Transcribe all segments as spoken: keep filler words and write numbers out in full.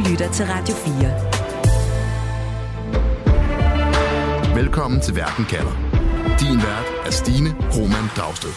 lytter til Radio fire. Velkommen til Verden kalder. Din vært er Stine Krohmann Dragsted.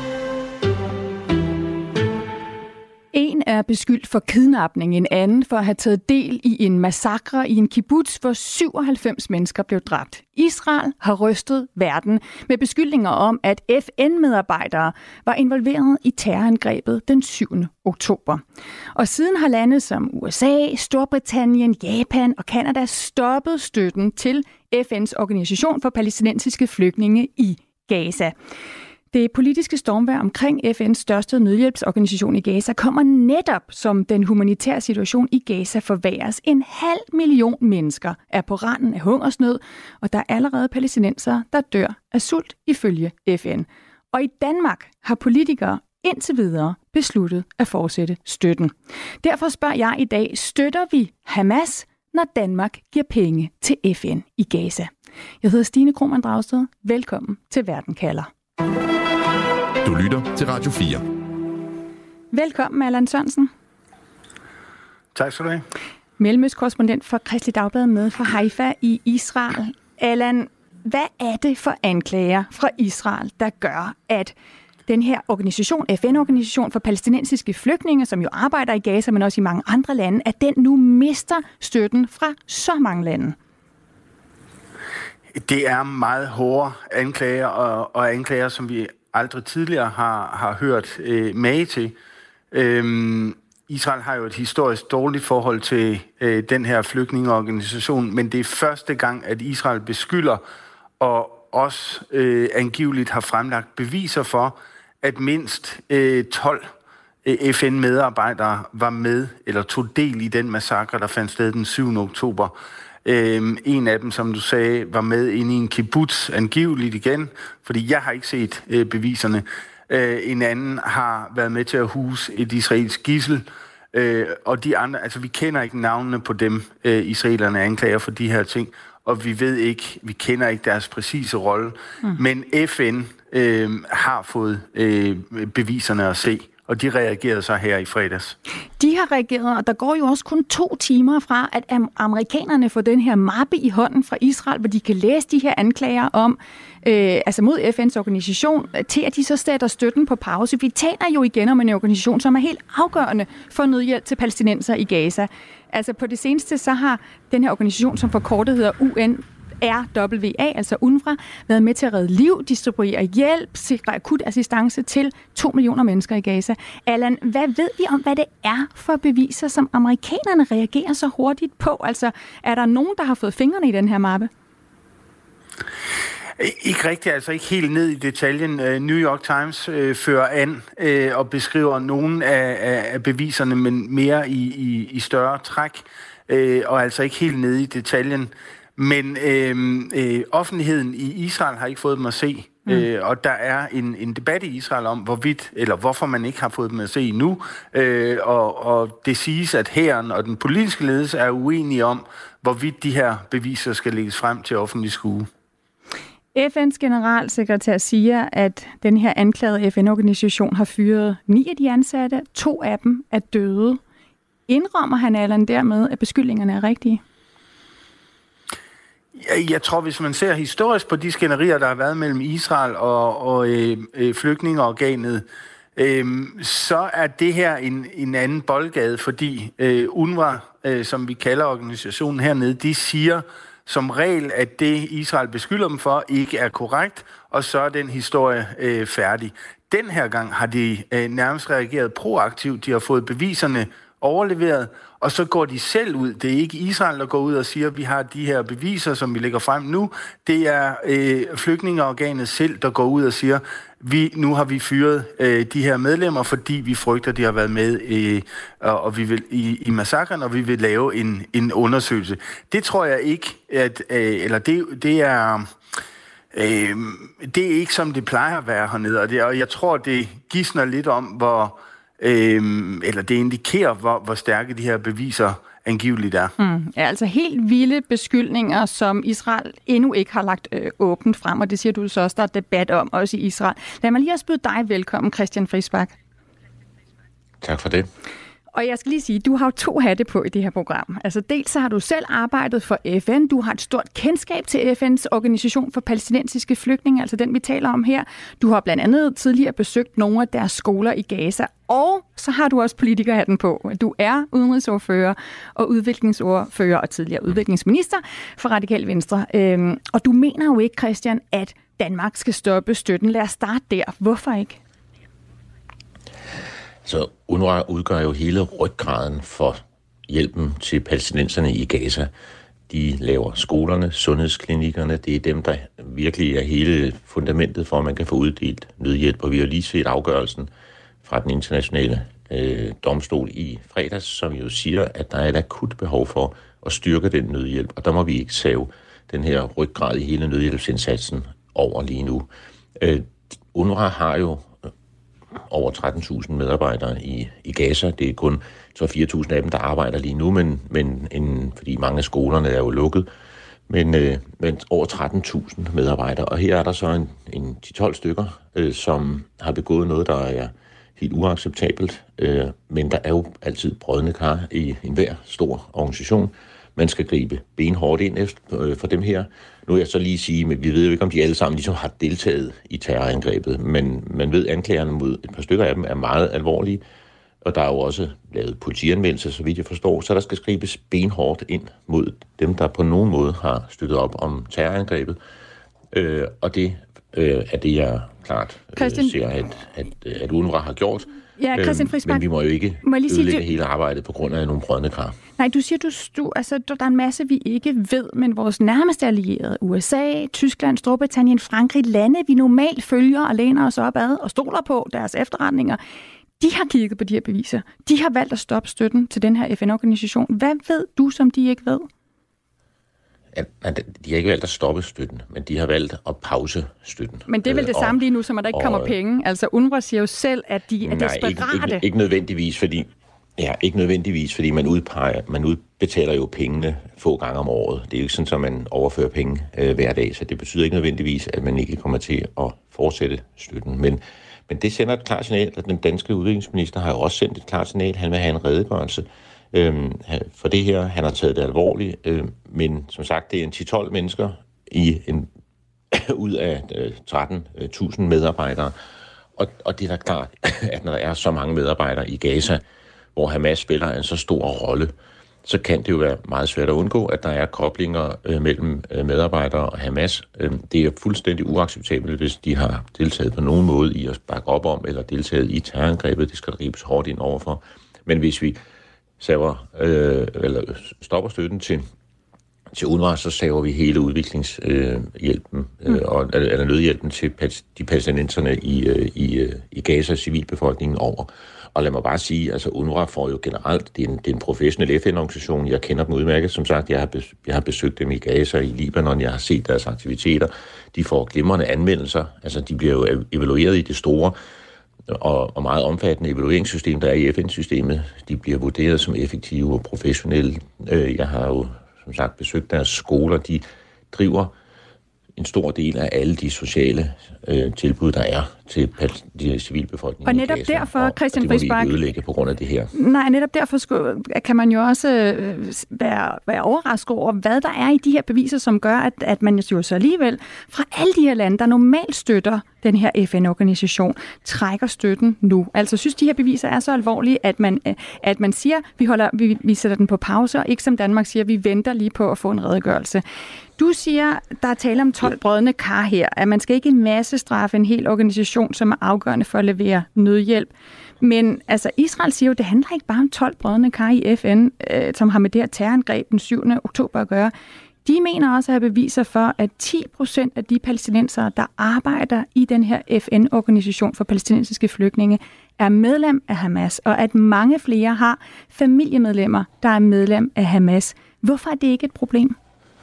En er beskyldt for kidnapning, en anden for at have taget del i en massakre i en kibbutz, hvor syvoghalvfems mennesker blev dræbt. Israel har rystet verden med beskyldninger om, at F N-medarbejdere var involveret i terrorangrebet den syvende oktober. Og siden har lande som U S A, Storbritannien, Japan og Canada stoppet støtten til F N's organisation for palæstinensiske flygtninge i Gaza. Det politiske stormvejr omkring F N's største nødhjælpsorganisation i Gaza kommer netop, som den humanitære situation i Gaza forværres. En halv million mennesker er på randen af hungersnød, og der er allerede palæstinensere, der dør af sult ifølge F N. Og i Danmark har politikere indtil videre besluttet at fortsætte støtten. Derfor spørger jeg i dag, støtter vi Hamas, når Danmark giver penge til F N i Gaza? Jeg hedder Stine Krohmann Dragsted. Velkommen til Verden kalder. Du lytter til Radio fire. Velkommen, Allan Sørensen. Tak skal du have. Mellemøstkorrespondent for Kristeligt Dagblad med fra Haifa i Israel. Allan, hvad er det for anklager fra Israel, der gør, at den her organisation, F N-organisation for palæstinensiske flygtninge, som jo arbejder i Gaza, men også i mange andre lande, at den nu mister støtten fra så mange lande? Det er meget hårde anklager, og, og anklager, som vi aldrig tidligere har, har hørt øh, mage til. Øhm, Israel har jo et historisk dårligt forhold til øh, den her flygtningeorganisation, men det er første gang, at Israel beskylder og også øh, angiveligt har fremlagt beviser for, at mindst øh, tolv øh, F N-medarbejdere var med eller tog del i den massakre, der fandt sted den syvende oktober. Øhm, en af dem, som du sagde, var med inde i en kibbutz, angiveligt igen, fordi jeg har ikke set øh, beviserne. Øh, en anden har været med til at huse et israelsk gidsel, øh, og de andre, altså vi kender ikke navnene på dem, øh, israelerne anklager for de her ting, og vi ved ikke, vi kender ikke deres præcise rolle, mm. men F N øh, har fået øh, beviserne at se. Og de reagerede så her i fredags. De har reageret, og der går jo også kun to timer fra, at amerikanerne får den her mappe i hånden fra Israel, hvor de kan læse de her anklager om, øh, altså mod F N's organisation, til at de så sætter støtten på pause. Vi taler jo igen om en organisation, som er helt afgørende for nødhjælp til palæstinenser i Gaza. Altså på det seneste, så har den her organisation, som forkortet hedder U N R W A, altså UNRWA, været med til at redde liv, distribuere hjælp, sikre akut assistance til to millioner mennesker i Gaza. Allan, hvad ved vi om, hvad det er for beviser, som amerikanerne reagerer så hurtigt på? Altså, er der nogen, der har fået fingrene i den her mappe? Ikke rigtigt, altså ikke helt ned i detaljen. New York Times øh, fører an øh, og beskriver nogle af, af, af beviserne, men mere i, i, i større træk, øh, og altså ikke helt ned i detaljen. Men øh, øh, offentligheden i Israel har ikke fået dem at se, mm. øh, og der er en, en debat i Israel om, hvorvidt, eller hvorfor man ikke har fået dem at se endnu. Øh, og, og det siges, at hæren og den politiske ledelse er uenige om, hvorvidt de her beviser skal lægges frem til offentlig skue. F N's generalsekretær siger, at den her anklagede F N-organisation har fyret ni af de ansatte, to af dem er døde. Indrømmer han Allan dermed, at beskyldningerne er rigtige? Jeg tror, hvis man ser historisk på de skænderier, der har været mellem Israel og, og øh, øh, flygtningeorganet, øh, så er det her en, en anden boldgade, fordi øh, UNRWA, øh, som vi kalder organisationen hernede, de siger som regel, at det Israel beskylder dem for, ikke er korrekt, og så er den historie øh, færdig. Den her gang har de øh, nærmest reageret proaktivt. De har fået beviserne overleveret, og så går de selv ud. Det er ikke Israel, der går ud og siger, at vi har de her beviser, som vi lægger frem nu. Det er øh, flygtningeorganet selv, der går ud og siger, vi nu har vi fyret øh, de her medlemmer, fordi vi frygter, de har været med øh, og, og vi vil, i, i massakren, og vi vil lave en, en undersøgelse. Det tror jeg ikke, at, øh, eller det, det er... Øh, det er ikke, som det plejer at være hernede, og, det, og jeg tror, det gidsner lidt om, hvor... Øhm, eller det indikerer, hvor, hvor stærke de her beviser angiveligt er. Mm, ja, altså helt vilde beskyldninger, som Israel endnu ikke har lagt øh, åbent frem, og det siger du så også, der er debat om, også i Israel. Lad mig lige også byde dig velkommen, Christian Friis Bach. Tak for det. Og jeg skal lige sige, du har jo to hatte på i det her program. Altså dels så har du selv arbejdet for F N, du har et stort kendskab til F N's organisation for palæstinensiske flygtninge, altså den vi taler om her. Du har blandt andet tidligere besøgt nogle af deres skoler i Gaza, og så har du også politikerhatten på. Du er udenrigsordfører og udviklingsordfører og tidligere udviklingsminister for Radikale Venstre. Øhm, og du mener jo ikke, Christian, at Danmark skal stoppe støtten. Lad os starte der. Hvorfor ikke? Så UNRWA udgør jo hele ryggraden for hjælpen til palæstinenserne i Gaza. De laver skolerne, sundhedsklinikkerne. Det er dem, der virkelig er hele fundamentet for, at man kan få uddelt nødhjælp. Og vi har lige set afgørelsen fra den internationale øh, domstol i fredags, som jo siger, at der er et akut behov for at styrke den nødhjælp. Og der må vi ikke save den her ryggrad i hele nødhjælpsindsatsen over lige nu. Øh, UNRWA har jo over tretten tusind medarbejdere i, i Gaza. Det er kun så fire tusind af dem, der arbejder lige nu, men, men en, fordi mange af skolerne er jo lukket. Men, øh, men over tretten tusind medarbejdere. Og her er der så en, en ti til tolv stykker, øh, som har begået noget, der er helt uacceptabelt. Øh, men der er jo altid brodne kar i enhver stor organisation. Man skal gribe benhårdt ind efter, øh, for dem her. Nu vil jeg så lige sige, at vi ved jo ikke, om de alle sammen ligesom har deltaget i terrorangrebet, men man ved, at anklagerne mod et par stykker af dem er meget alvorlige, og der er jo også lavet politianmeldelser, så vidt jeg forstår, så der skal skribes benhårdt ind mod dem, der på nogen måde har støttet op om terrorangrebet, øh, og det øh, er det, jeg klart øh, ser, at, at, at UNRWA har gjort. Ja, Christian Friis-Bach, men vi må jo ikke må ødelægge sige, hele arbejdet på grund af nogle brodne kar. Nej, du siger, du, du, altså, der er en masse, vi ikke ved, men vores nærmeste allierede, U S A, Tyskland, Storbritannien, Frankrig, lande, vi normalt følger og læner os op ad og stoler på deres efterretninger, de har kigget på de her beviser. De har valgt at stoppe støtten til den her F N-organisation. Hvad ved du, som de ikke ved? Ja, de har ikke valgt at stoppe støtten, men de har valgt at pause støtten. Men det er vel det og, samme lige nu, som at der ikke og, kommer penge? Altså UNRWA siger jo selv, at de er nej, desperate. Ikke, ikke, ikke nødvendigvis, fordi ja, ikke nødvendigvis, fordi man udpeger, man udbetaler jo pengene få gange om året. Det er jo ikke sådan, at man overfører penge øh, hver dag, så det betyder ikke nødvendigvis, at man ikke kommer til at fortsætte støtten. Men, men det sender et klart signal, at den danske udviklingsminister har jo også sendt et klart signal. Han vil have en redegørelse Øhm, for det her. Han har taget det alvorligt, øhm, men som sagt, det er en ti til tolv mennesker i en, ud af øh, tretten tusind medarbejdere. Og, og det er da klart, at når der er så mange medarbejdere i Gaza, hvor Hamas spiller en så stor rolle, så kan det jo være meget svært at undgå, at der er koblinger øh, mellem øh, medarbejdere og Hamas. Øh, det er fuldstændig uacceptabelt, hvis de har deltaget på nogen måde i at bakke op om, eller deltaget i terrorangrebet. Det skal gribes hårdt ind overfor. Men hvis vi saver, øh, eller stopper støtten til, til UNRWA, så saver vi hele udviklingshjælpen, øh, øh, og, eller nødhjælpen til de palæstinenserne i, øh, i, i Gaza, civilbefolkningen over. Og lad mig bare sige, altså UNRWA får jo generelt, det er en, det er en professionel F N-organisation, jeg kender dem udmærket, som sagt, jeg har, bes, jeg har besøgt dem i Gaza, i Libanon, jeg har set deres aktiviteter, de får glimrende anmeldelser, altså de bliver jo evalueret i det store, Og, og meget omfattende evalueringssystem, der er i F N-systemet. De bliver vurderet som effektive og professionelle. Jeg har jo, som sagt, besøgt deres skoler. De driver en stor del af alle de sociale øh, tilbud, der er til de civilbefolkningen. Og netop Gaza, derfor, Christian Friis-Bach... Og det må vi ikke ødelægge på grund af det her. Nej, netop derfor skulle, kan man jo også øh, være, være overrasket over, hvad der er i de her beviser, som gør, at, at man jo så alligevel fra alle de her lande, der normalt støtter den her F N-organisation, trækker støtten nu. Altså synes, de her beviser er så alvorlige, at man, at man siger, vi, holder, vi, vi sætter den på pause, og ikke som Danmark siger, vi venter lige på at få en redegørelse. Du siger, der er tale om tolv brodne kar her, at man skal ikke masse straffe en hel organisation, som er afgørende for at levere nødhjælp. Men altså, Israel siger jo, det handler ikke bare om tolv brodne kar i F N, øh, som har med det her terrorangreb den syvende oktober at gøre. De mener også at have beviser for, at ti procent af de palæstinensere, der arbejder i den her F N-organisation for palæstinensiske flygtninge, er medlem af Hamas, og at mange flere har familiemedlemmer, der er medlem af Hamas. Hvorfor er det ikke et problem?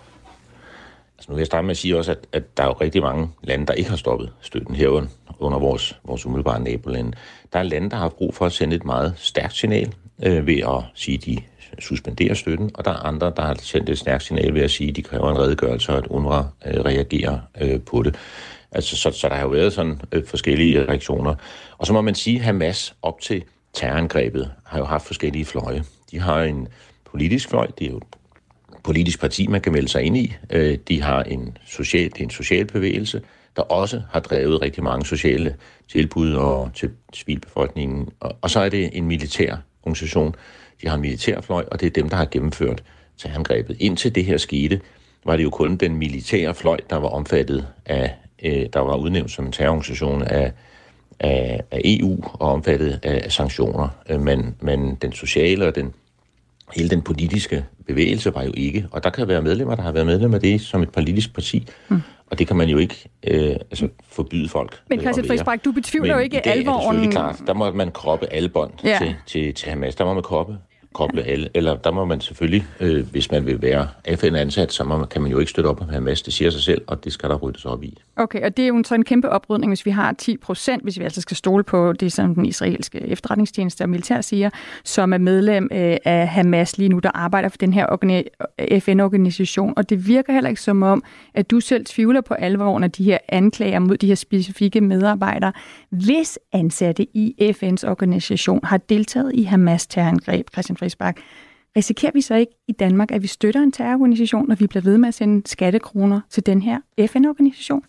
Altså nu vil jeg starte med at sige også, at, at der er jo rigtig mange lande, der ikke har stoppet støtten her under vores, vores umiddelbare nabolande. Der er lande, der har brug for at sende et meget stærkt signal øh, ved at sige, at de suspenderer støtten, og der er andre, der har sendt et stærkt signal ved at sige, at de kræver en redegørelse, og at UNRWA øh, reagerer øh, på det. Altså, så, så der har jo været sådan øh, forskellige reaktioner. Og så må man sige, at Hamas op til terrorangrebet har jo haft forskellige fløje. De har en politisk fløj, det er jo et politisk parti, man kan melde sig ind i. De har en social, det er en social bevægelse, der også har drevet rigtig mange sociale tilbud og til civilbefolkningen. Og så er det en militær organisation. De har en militærfløj, og det er dem, der har gennemført terrorangrebet. Indtil det her skete, var det jo kun den militære fløj, der var omfattet af, øh, der var udnævnt som en terrororganisation af, af, af E U og omfattet af, af sanktioner. Men, men den sociale og den, hele den politiske bevægelse var jo ikke. Og der kan være medlemmer, der har været medlemmer af det som et politisk parti. Mm. Og det kan man jo ikke øh, altså forbyde folk. Men Christian Friis Bach, du betvivler jo ikke alvoren. Men det er klart, der må man kroppe alle bånd ja. til, til, til Hamas. Der må man kroppe koble alle, eller der må man selvfølgelig, øh, hvis man vil være F N-ansat, så må, kan man jo ikke støtte op med Hamas, det siger sig selv, og det skal der ryddes op i. Okay, og det er jo så en kæmpe oprydning, hvis vi har ti procent, hvis vi altså skal stole på det, som den israelske efterretningstjeneste og militær siger, som er medlem øh, af Hamas lige nu, der arbejder for den her organi- F N-organisation, og det virker heller ikke som om, at du selv tvivler på alvoren af de her anklager mod de her specifikke medarbejdere. Hvis ansatte i F N's organisation har deltaget i Hamas terrorangreb, Christian Friis Bach, risikerer vi så ikke i Danmark, at vi støtter en terrororganisation, når vi bliver ved med at sende skattekroner til den her F N-organisation?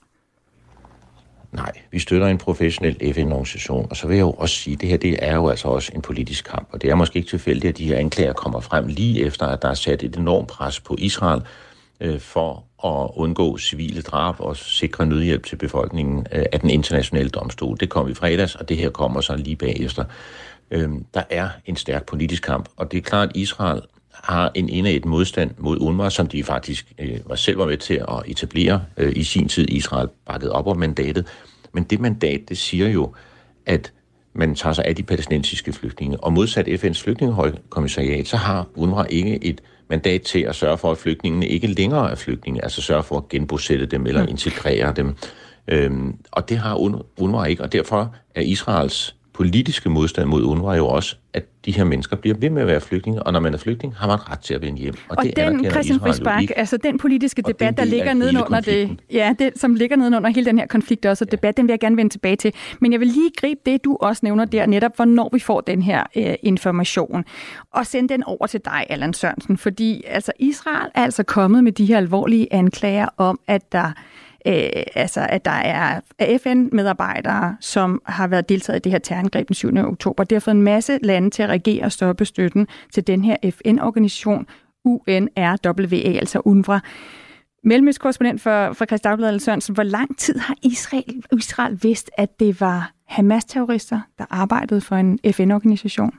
Nej, vi støtter en professionel F N-organisation, og så vil jeg jo også sige, at det her det er jo altså også en politisk kamp, og det er måske ikke tilfældigt, at de her anklager kommer frem lige efter, at der er sat et enormt pres på Israel øh, for at undgå civile drab og sikre nødhjælp til befolkningen øh, af den internationale domstol. Det kom i fredags, og det her kommer så lige bagefter. Øhm, der er en stærk politisk kamp, og det er klart, at Israel har en indædt modstand mod UNRWA, som de faktisk øh, var selv var med til at etablere øh, i sin tid. Israel bakket op om mandatet. Men det mandat, det siger jo, at man tager sig af de palæstinensiske flygtninge. Og modsat F N's flygtningehøjkommissariat, så har UNRWA ikke et mandat til at sørge for, at flygtningene ikke længere er flygtninge, altså sørge for at genbosætte dem eller integrere dem. Øhm, og det har UNRWA ikke, og derfor er Israels politiske modstand mod UNRWA jo også, at de her mennesker bliver ved med at være flygtninge, og når man er flygtning, har man ret til at vende hjem. Og, og det den, Christian Friis Bach, altså den politiske debat, den der ligger nedenunder det, ja, det, som ligger nedenunder hele den her konflikt også, og ja. debat, den vil jeg gerne vende tilbage til. Men jeg vil lige gribe det, du også nævner der, netop hvornår vi får den her øh, information, og sende den over til dig, Allan Sørensen, fordi altså Israel er altså kommet med de her alvorlige anklager om, at der Øh, altså, at der er F N-medarbejdere, som har været deltaget i det her terrorangreb den syvende oktober. Det har fået en masse lande til at reagere og stoppe støtten til den her F N-organisation, U N R W A, altså UNRWA. Mellemøstkorrespondent for, for Kristeligt Dagblad, Allan Sørensen, hvor lang tid har Israel, Israel vidst, at det var Hamas-terrorister, der arbejdede for en F N-organisation?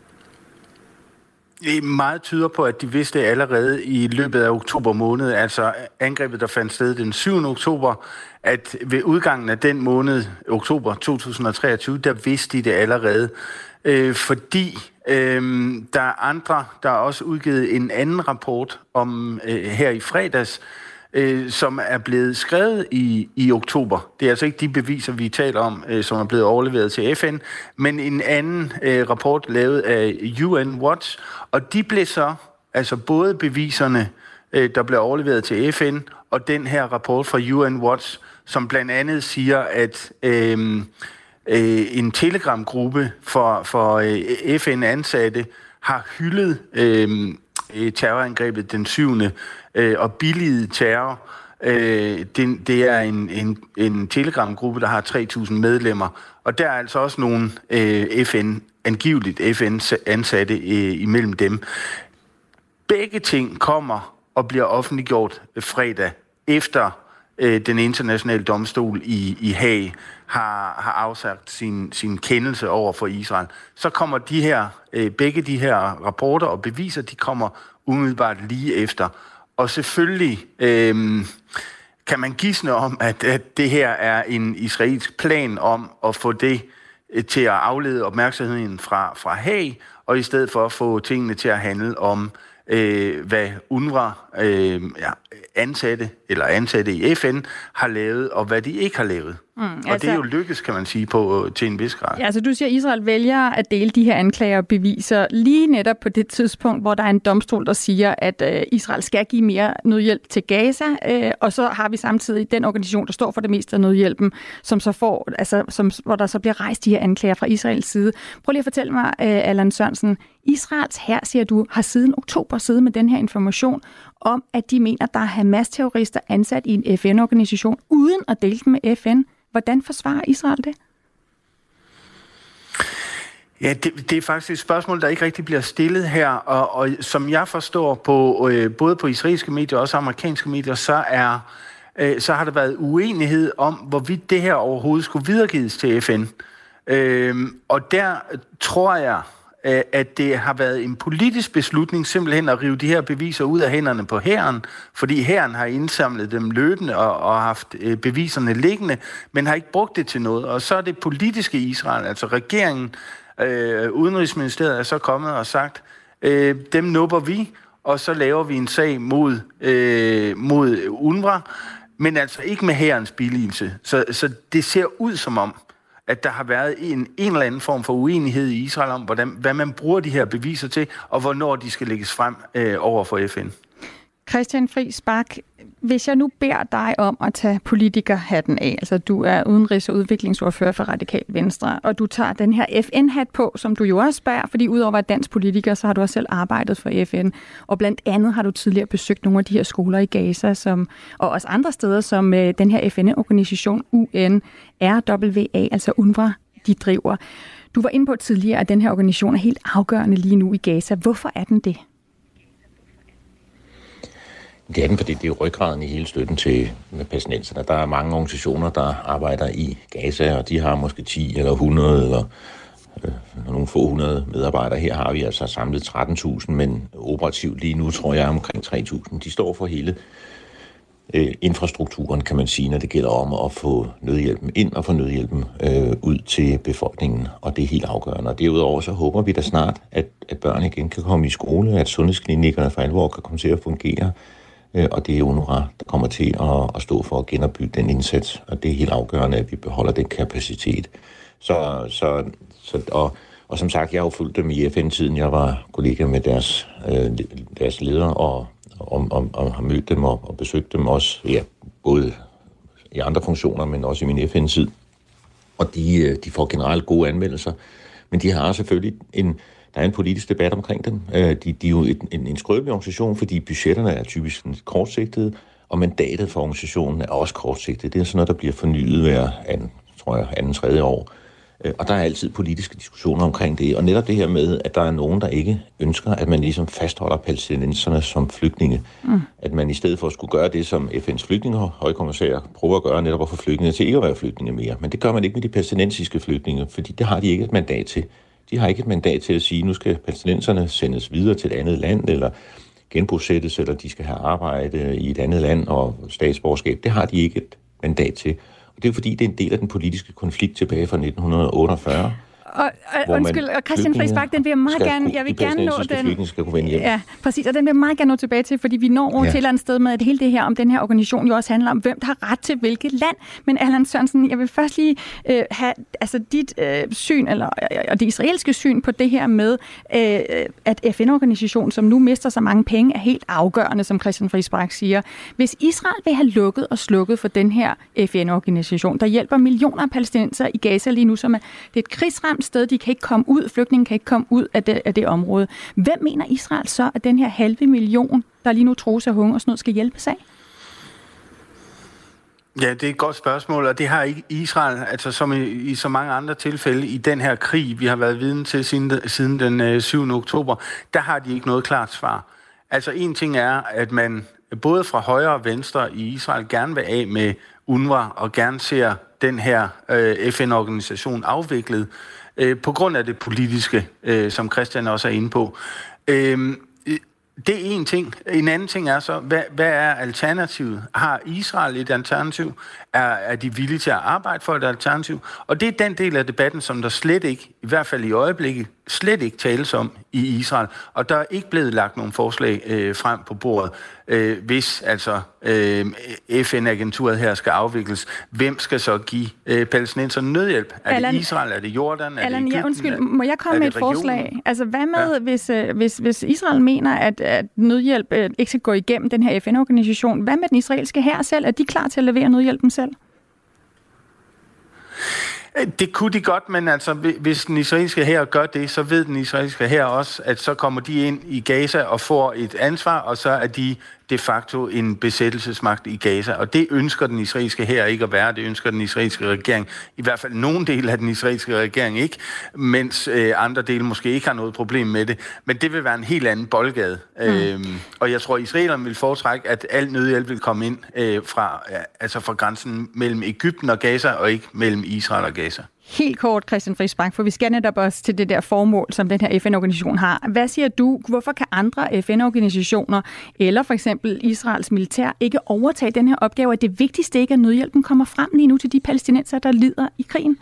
Det er meget tyder på, at de vidste allerede i løbet af oktober måned, altså angrebet, der fandt sted den syvende oktober, at ved udgangen af den måned, oktober to tusind og treogtyve, der vidste de det allerede. Øh, fordi øh, der er andre, der har også udgivet en anden rapport om øh, her i fredags, øh, som er blevet skrevet i, i oktober. Det er altså ikke de beviser, vi taler om, øh, som er blevet overleveret til F N, men en anden øh, rapport lavet af U N Watch, og de blev så, altså både beviserne, øh, der blev overleveret til F N, og den her rapport fra U N Watch, som blandt andet siger, at øh, øh, en telegramgruppe for, for øh, F N-ansatte har hyldet øh, terrorangrebet den syvende øh, og billiget terror. Øh, det, det er en, en, en telegramgruppe, der har tre tusind medlemmer, og der er altså også nogle øh, F N, angiveligt F N-ansatte øh, imellem dem. Begge ting kommer og bliver offentliggjort fredag, efter øh, den internationale domstol i, i Haag har, har afsagt sin, sin kendelse over for Israel. Så kommer de her, øh, begge de her rapporter og beviser, de kommer umiddelbart lige efter. Og selvfølgelig øh, kan man gisne om, at, at det her er en israelsk plan om at få det øh, til at aflede opmærksomheden fra, fra Haag, og i stedet for at få tingene til at handle om, øh, hvad UNRWA øh, ja, ansatte eller ansatte i F N har lavet, og hvad de ikke har lavet. Mm, altså, og det er jo lykkes, kan man sige, på til en vis grad. Ja, altså du siger, at Israel vælger at dele de her anklager og beviser lige netop på det tidspunkt, hvor der er en domstol, der siger, at øh, Israel skal give mere nødhjælp til Gaza, øh, og så har vi samtidig den organisation, der står for det meste af nødhjælpen, som så får, altså, som, hvor der så bliver rejst de her anklager fra Israels side. Prøv lige at fortælle mig, øh, Allan Sørensen, Israels hær, siger du, har siden oktober siddet med den her information om, at de mener, at der er Hamas-terrorister ansat i en F N-organisation, uden at dele dem med F N. Hvordan forsvarer Israel det? Ja, det, det er faktisk et spørgsmål, der ikke rigtig bliver stillet her, og, og som jeg forstår på øh, både på israelske medier og også amerikanske medier, så er øh, så har der været uenighed om, hvorvidt det her overhovedet skulle videregives til F N. Øh, og der tror jeg, at det har været en politisk beslutning simpelthen at rive de her beviser ud af hænderne på hæren, fordi hæren har indsamlet dem løbende og, og haft beviserne liggende, men har ikke brugt det til noget. Og så er det politiske Israel, altså regeringen, øh, Udenrigsministeriet er så kommet og sagt, øh, dem nupper vi, og så laver vi en sag mod, øh, mod UNRWA, men altså ikke med hærens billigelse. Så, så det ser ud som om, at der har været en, en eller anden form for uenighed i Israel om, hvordan, hvad man bruger de her beviser til, og hvornår de skal lægges frem øh, over for F N. Christian Friis Bach, hvis jeg nu beder dig om at tage politikerhatten af, altså du er udenrigs- og udviklingsordfører for Radikal Venstre, og du tager den her F N-hat på, som du jo også bærer, fordi udover at være dansk politiker, så har du også selv arbejdet for F N, og blandt andet har du tidligere besøgt nogle af de her skoler i Gaza, som, og også andre steder, som øh, den her F N-organisation U N R W A, altså UNRWA, de driver. Du var inde på tidligere, at den her organisation er helt afgørende lige nu i Gaza. Hvorfor er den det? Det er den, fordi det er jo ryggraden i hele støtten til palæstinenserne. Der er mange organisationer, der arbejder i Gaza, og de har måske ti eller hundrede eller øh, nogle få hundrede medarbejdere. Her har vi altså samlet tretten tusind, men operativt lige nu tror jeg omkring tre tusind. De står for hele øh, infrastrukturen, kan man sige, når det gælder om at få nødhjælpen ind og få nødhjælpen øh, ud til befolkningen, og det er helt afgørende. Og derudover så håber vi da snart, at, at børn igen kan komme i skole, at sundhedsklinikkerne for alvor kan komme til at fungere, og det er UNRWA, der kommer til at, at stå for at genopbygge den indsats, og det er helt afgørende, at vi beholder den kapacitet. Så, så, så, og, og som sagt, jeg har jo fulgt dem i F N-tiden. Jeg var kollega med deres, øh, deres ledere og, og, og, og har mødt dem og, og besøgt dem også, ja, både i andre funktioner, men også i min F N-tid. Og de, de får generelt gode anmeldelser, men de har selvfølgelig en... Der er en politisk debat omkring dem. De, de er jo en, en, en skrøbelig organisation, fordi budgetterne er typisk kortsigtede, og mandatet for organisationen er også kortsigtet. Det er sådan noget, der bliver fornyet hver anden, tror jeg, anden, tredje år. Og der er altid politiske diskussioner omkring det. Og netop det her med, at der er nogen, der ikke ønsker, at man ligesom fastholder palæstinenserne som flygtninge. Mm. At man i stedet for at skulle gøre det, som F N's flygtningehøjkommissær prøver at gøre, netop at få flygtninge til ikke at være flygtninge mere. Men det gør man ikke med de palæstinensiske flygtninge, fordi det har de ikke et mandat til. De har ikke et mandat til at sige, at nu skal palæstinenserne sendes videre til et andet land, eller genbosættes, eller de skal have arbejde i et andet land og statsborgerskab. Det har de ikke et mandat til. Og det er jo fordi, det er en del af den politiske konflikt tilbage fra nitten otteogfyrre. Og, og undskyld, og Christian Friis Bach, den vil jeg meget gerne, jeg vil gerne nå den. Skal kunne vende hjem. Ja, præcis, og den vil jeg meget gerne nå tilbage til, fordi vi når ja. til et eller andet sted med, at hele det her om den her organisation jo også handler om, hvem der har ret til hvilket land. Men Allan Sørensen, jeg vil først lige øh, have altså dit øh, syn, eller og det israelske syn på det her med, øh, at F N-organisationen, som nu mister så mange penge, er helt afgørende, som Christian Friis Bach siger. Hvis Israel vil have lukket og slukket for den her F N-organisation, der hjælper millioner af palæstinenser i Gaza lige nu, som er, det er et krigsramt sted, de kan ikke komme ud, flygtningen kan ikke komme ud af det, af det område. Hvem mener Israel så, at den her halve million, der lige nu trues af hungersnød, skal hjælpes af? Ja, det er et godt spørgsmål, og det har ikke Israel, altså som i, i så mange andre tilfælde i den her krig, vi har været vidne til siden, siden den øh, syvende oktober, der har de ikke noget klart svar. Altså en ting er, at man både fra højre og venstre i Israel gerne vil af med UNRWA og gerne ser den her øh, F N-organisation afviklet, øh, på grund af det politiske, øh, som Christian også er inde på. Øh, det er en ting. En anden ting er så, hvad, hvad er alternativet? Har Israel et alternativ? Er, er de villige til at arbejde for et alternativ? Og det er den del af debatten, som der slet ikke, i hvert fald i øjeblikket, slet ikke tales om i i Israel. Og der er ikke blevet lagt nogen forslag øh, frem på bordet, øh, hvis altså øh, F N-agenturet her skal afvikles. Hvem skal så give øh, palæstinenserne nødhjælp? Er Alan, det Israel? Er det Jordan? Er Alan, det Egypten? ja, undskyld, må jeg komme med et regionen? forslag? Altså, hvad med, ja. hvis, øh, hvis, hvis Israel mener, at, at nødhjælp øh, ikke skal gå igennem den her F N-organisation, hvad med den israelske hær selv? Er de klar til at levere nødhjælpen selv? Det kunne de godt, men altså, hvis den israelske hær gør det, så ved den israelske hær også, at så kommer de ind i Gaza og får et ansvar, og så er de de facto en besættelsesmagt i Gaza. Og det ønsker den israelske hær ikke at være. Det ønsker den israelske regering. I hvert fald nogen del af den israelske regering ikke, mens øh, andre dele måske ikke har noget problem med det. Men det vil være en helt anden boldgade. Mm. Øhm, og jeg tror, at israelerne vil foretrække, at al nødhjælp vil komme ind øh, fra, ja, altså fra grænsen mellem Egypten og Gaza, og ikke mellem Israel og Gaza. Helt kort, Christian Friis Bach, for vi skal netop også til det der formål, som den her F N-organisation har. Hvad siger du? Hvorfor kan andre F N-organisationer, eller for eksempel Israels militær, ikke overtage den her opgave? At det vigtigste ikke, at nødhjælpen kommer frem lige nu til de palæstinenser, der lider i krigen?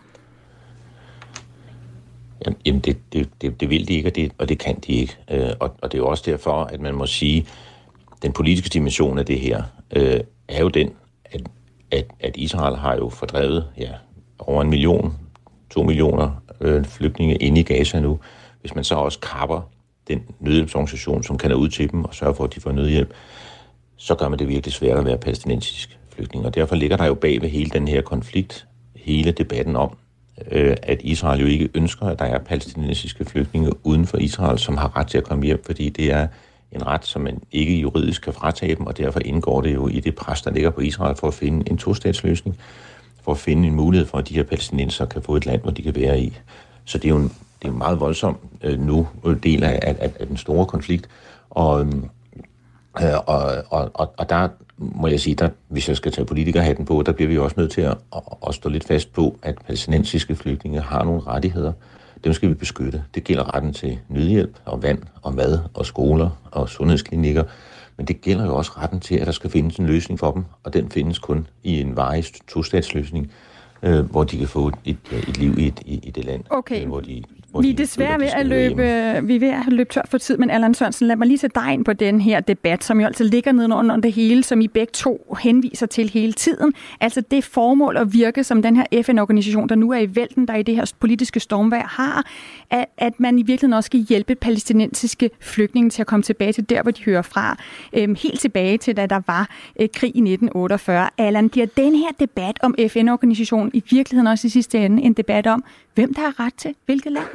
Jamen, det, det, det, det vil de ikke, og det, og det kan de ikke. Og, og det er jo også derfor, at man må sige, at den politiske dimension af det her øh, er jo den, at, at, at Israel har jo fordrevet ja, over en million, to millioner øh, flygtninge inde i Gaza nu. Hvis man så også kapper den nødhjælpsorganisation, som kan nå ud til dem og sørge for, at de får nødhjælp, så gør man det virkelig svært at være palæstinensisk flygtning. Og derfor ligger der jo bag ved hele den her konflikt, hele debatten om, øh, at Israel jo ikke ønsker, at der er palæstinensiske flygtninge uden for Israel, som har ret til at komme hjem, fordi det er en ret, som man ikke juridisk kan fratage dem, og derfor indgår det jo i det pres, der ligger på Israel for at finde en tostatsløsning, for at finde en mulighed for, at de her palæstinenser kan få et land, hvor de kan være i. Så det er jo en, det er en meget voldsom øh, nu del af, af, af den store konflikt. Og, øh, og, og, og, og der må jeg sige, der, hvis jeg skal tage politikerhatten på, der bliver vi også nødt til at, at, at stå lidt fast på, at palæstinensiske flygtninge har nogle rettigheder. Dem skal vi beskytte. Det gælder retten til nødhjælp og vand og mad og skoler og sundhedsklinikker. Men det gælder jo også retten til, at der skal findes en løsning for dem, og den findes kun i en varig tostatsløsning, øh, hvor de kan få et, et liv i, et, i, i det land. Okay. Øh, hvor de, hvor vi er de desværre føler, ved de at løbe, vi er ved at løbe tør for tid, men Allan Sørensen, lad mig lige sætte dig ind på den her debat, som jo altså ligger nedenunder det hele, som I begge to henviser til hele tiden. Altså det formål og virke, som den her F N-organisation, der nu er i vælten, der i det her politiske stormvejr har, at, at man i virkeligheden også skal hjælpe palæstinensiske flygtninge til at komme tilbage til der, hvor de hører fra. Øhm, helt tilbage til, da der var øh, krig i nitten otteogfyrre. Allan, bliver den her debat om F N-organisationen i virkeligheden også i sidste ende en debat om, hvem der har ret til hvilket land?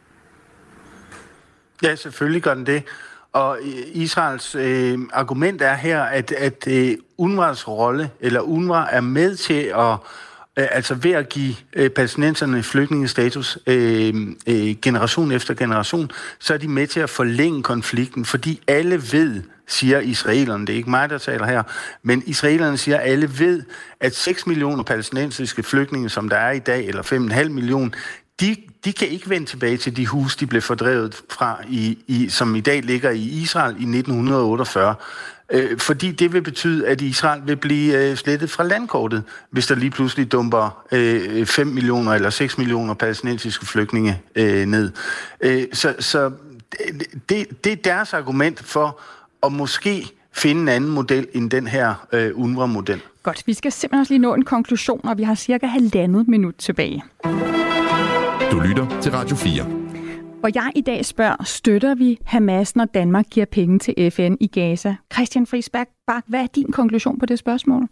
Ja, selvfølgelig gør den det. Og Israels øh, argument er her, at, at øh, U N R Wa's rolle, eller U N R W A er med til at, øh, altså ved at give øh, palæstinenserne flygtningestatus øh, øh, generation efter generation, så er de med til at forlænge konflikten, fordi alle ved, siger israelerne, det er ikke mig, der taler her, men israelerne siger, at alle ved, at seks millioner palæstinensiske flygtninge, som der er i dag, eller fem komma fem millioner, de, de kan ikke vende tilbage til de huse, de blev fordrevet fra, i, i, som i dag ligger i Israel i nitten otteogfyrre. Øh, fordi det vil betyde, at Israel vil blive øh, slettet fra landkortet, hvis der lige pludselig dumper øh, fem millioner eller seks millioner palæstinensiske flygtninge øh, ned. Øh, så så det, det er deres argument for at måske finde en anden model end den her øh, U N R W A-model. Godt, vi skal simpelthen også lige nå en konklusion, og vi har cirka halvandet minut tilbage. Du lytter til Radio fire. Og jeg i dag spørger, støtter vi Hamas, når Danmark giver penge til F N i Gaza? Christian Friis Bach, hvad er din konklusion på det spørgsmål?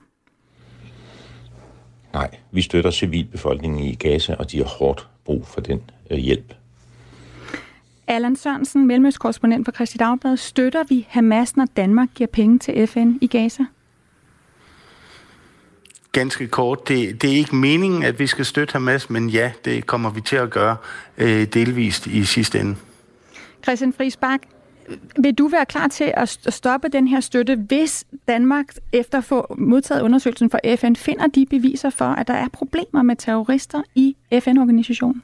Nej, vi støtter civilbefolkningen i Gaza, og de har hårdt brug for den øh, hjælp. Allan Sørensen, mellemøstkorrespondent for Kristeligt Dagblad. Støtter vi Hamas, når Danmark giver penge til F N i Gaza? Ganske kort. Det, det er ikke meningen, at vi skal støtte Hamas, men ja, det kommer vi til at gøre øh, delvist i sidste ende. Christian Friis Bach, vil du være klar til at stoppe den her støtte, hvis Danmark efter at få modtaget undersøgelsen fra F N finder de beviser for, at der er problemer med terrorister i F N-organisationen?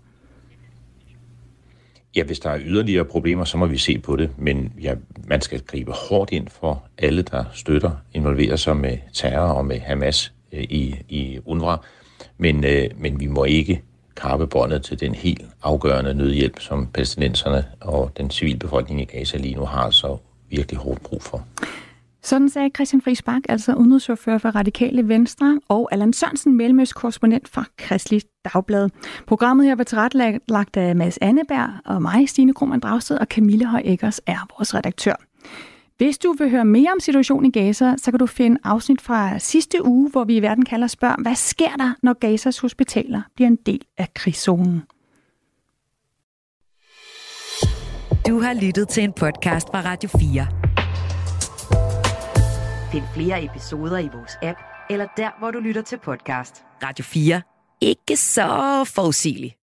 Ja, hvis der er yderligere problemer, så må vi se på det, men ja, man skal gribe hårdt ind for alle, der støtter, involverer sig med terror og med Hamas øh, i, i U N R W A, men, øh, men vi må ikke kappe båndet til den helt afgørende nødhjælp, som palæstinenserne og den civilbefolkning i Gaza lige nu har så virkelig hårdt brug for. Sådan sagde Christian Friis Bach, altså udenrigsordfører for Radikale Venstre, og Allan Sørensen, mellemøstkorrespondent for Kristeligt Dagblad. Programmet her var tilrettelagt af Mads Anneberg og mig, Stine Krohmann Dragsted, og Camille Høj Eggers er vores redaktør. Hvis du vil høre mere om situationen i Gaza, så kan du finde afsnit fra sidste uge, hvor vi i Verden kalder spørger, hvad sker der, når Gazas hospitaler bliver en del af krigszonen? Du har lyttet til en podcast fra Radio fire. Find flere episoder i vores app, eller der, hvor du lytter til podcast. Radio fire. Ikke så forudsigeligt.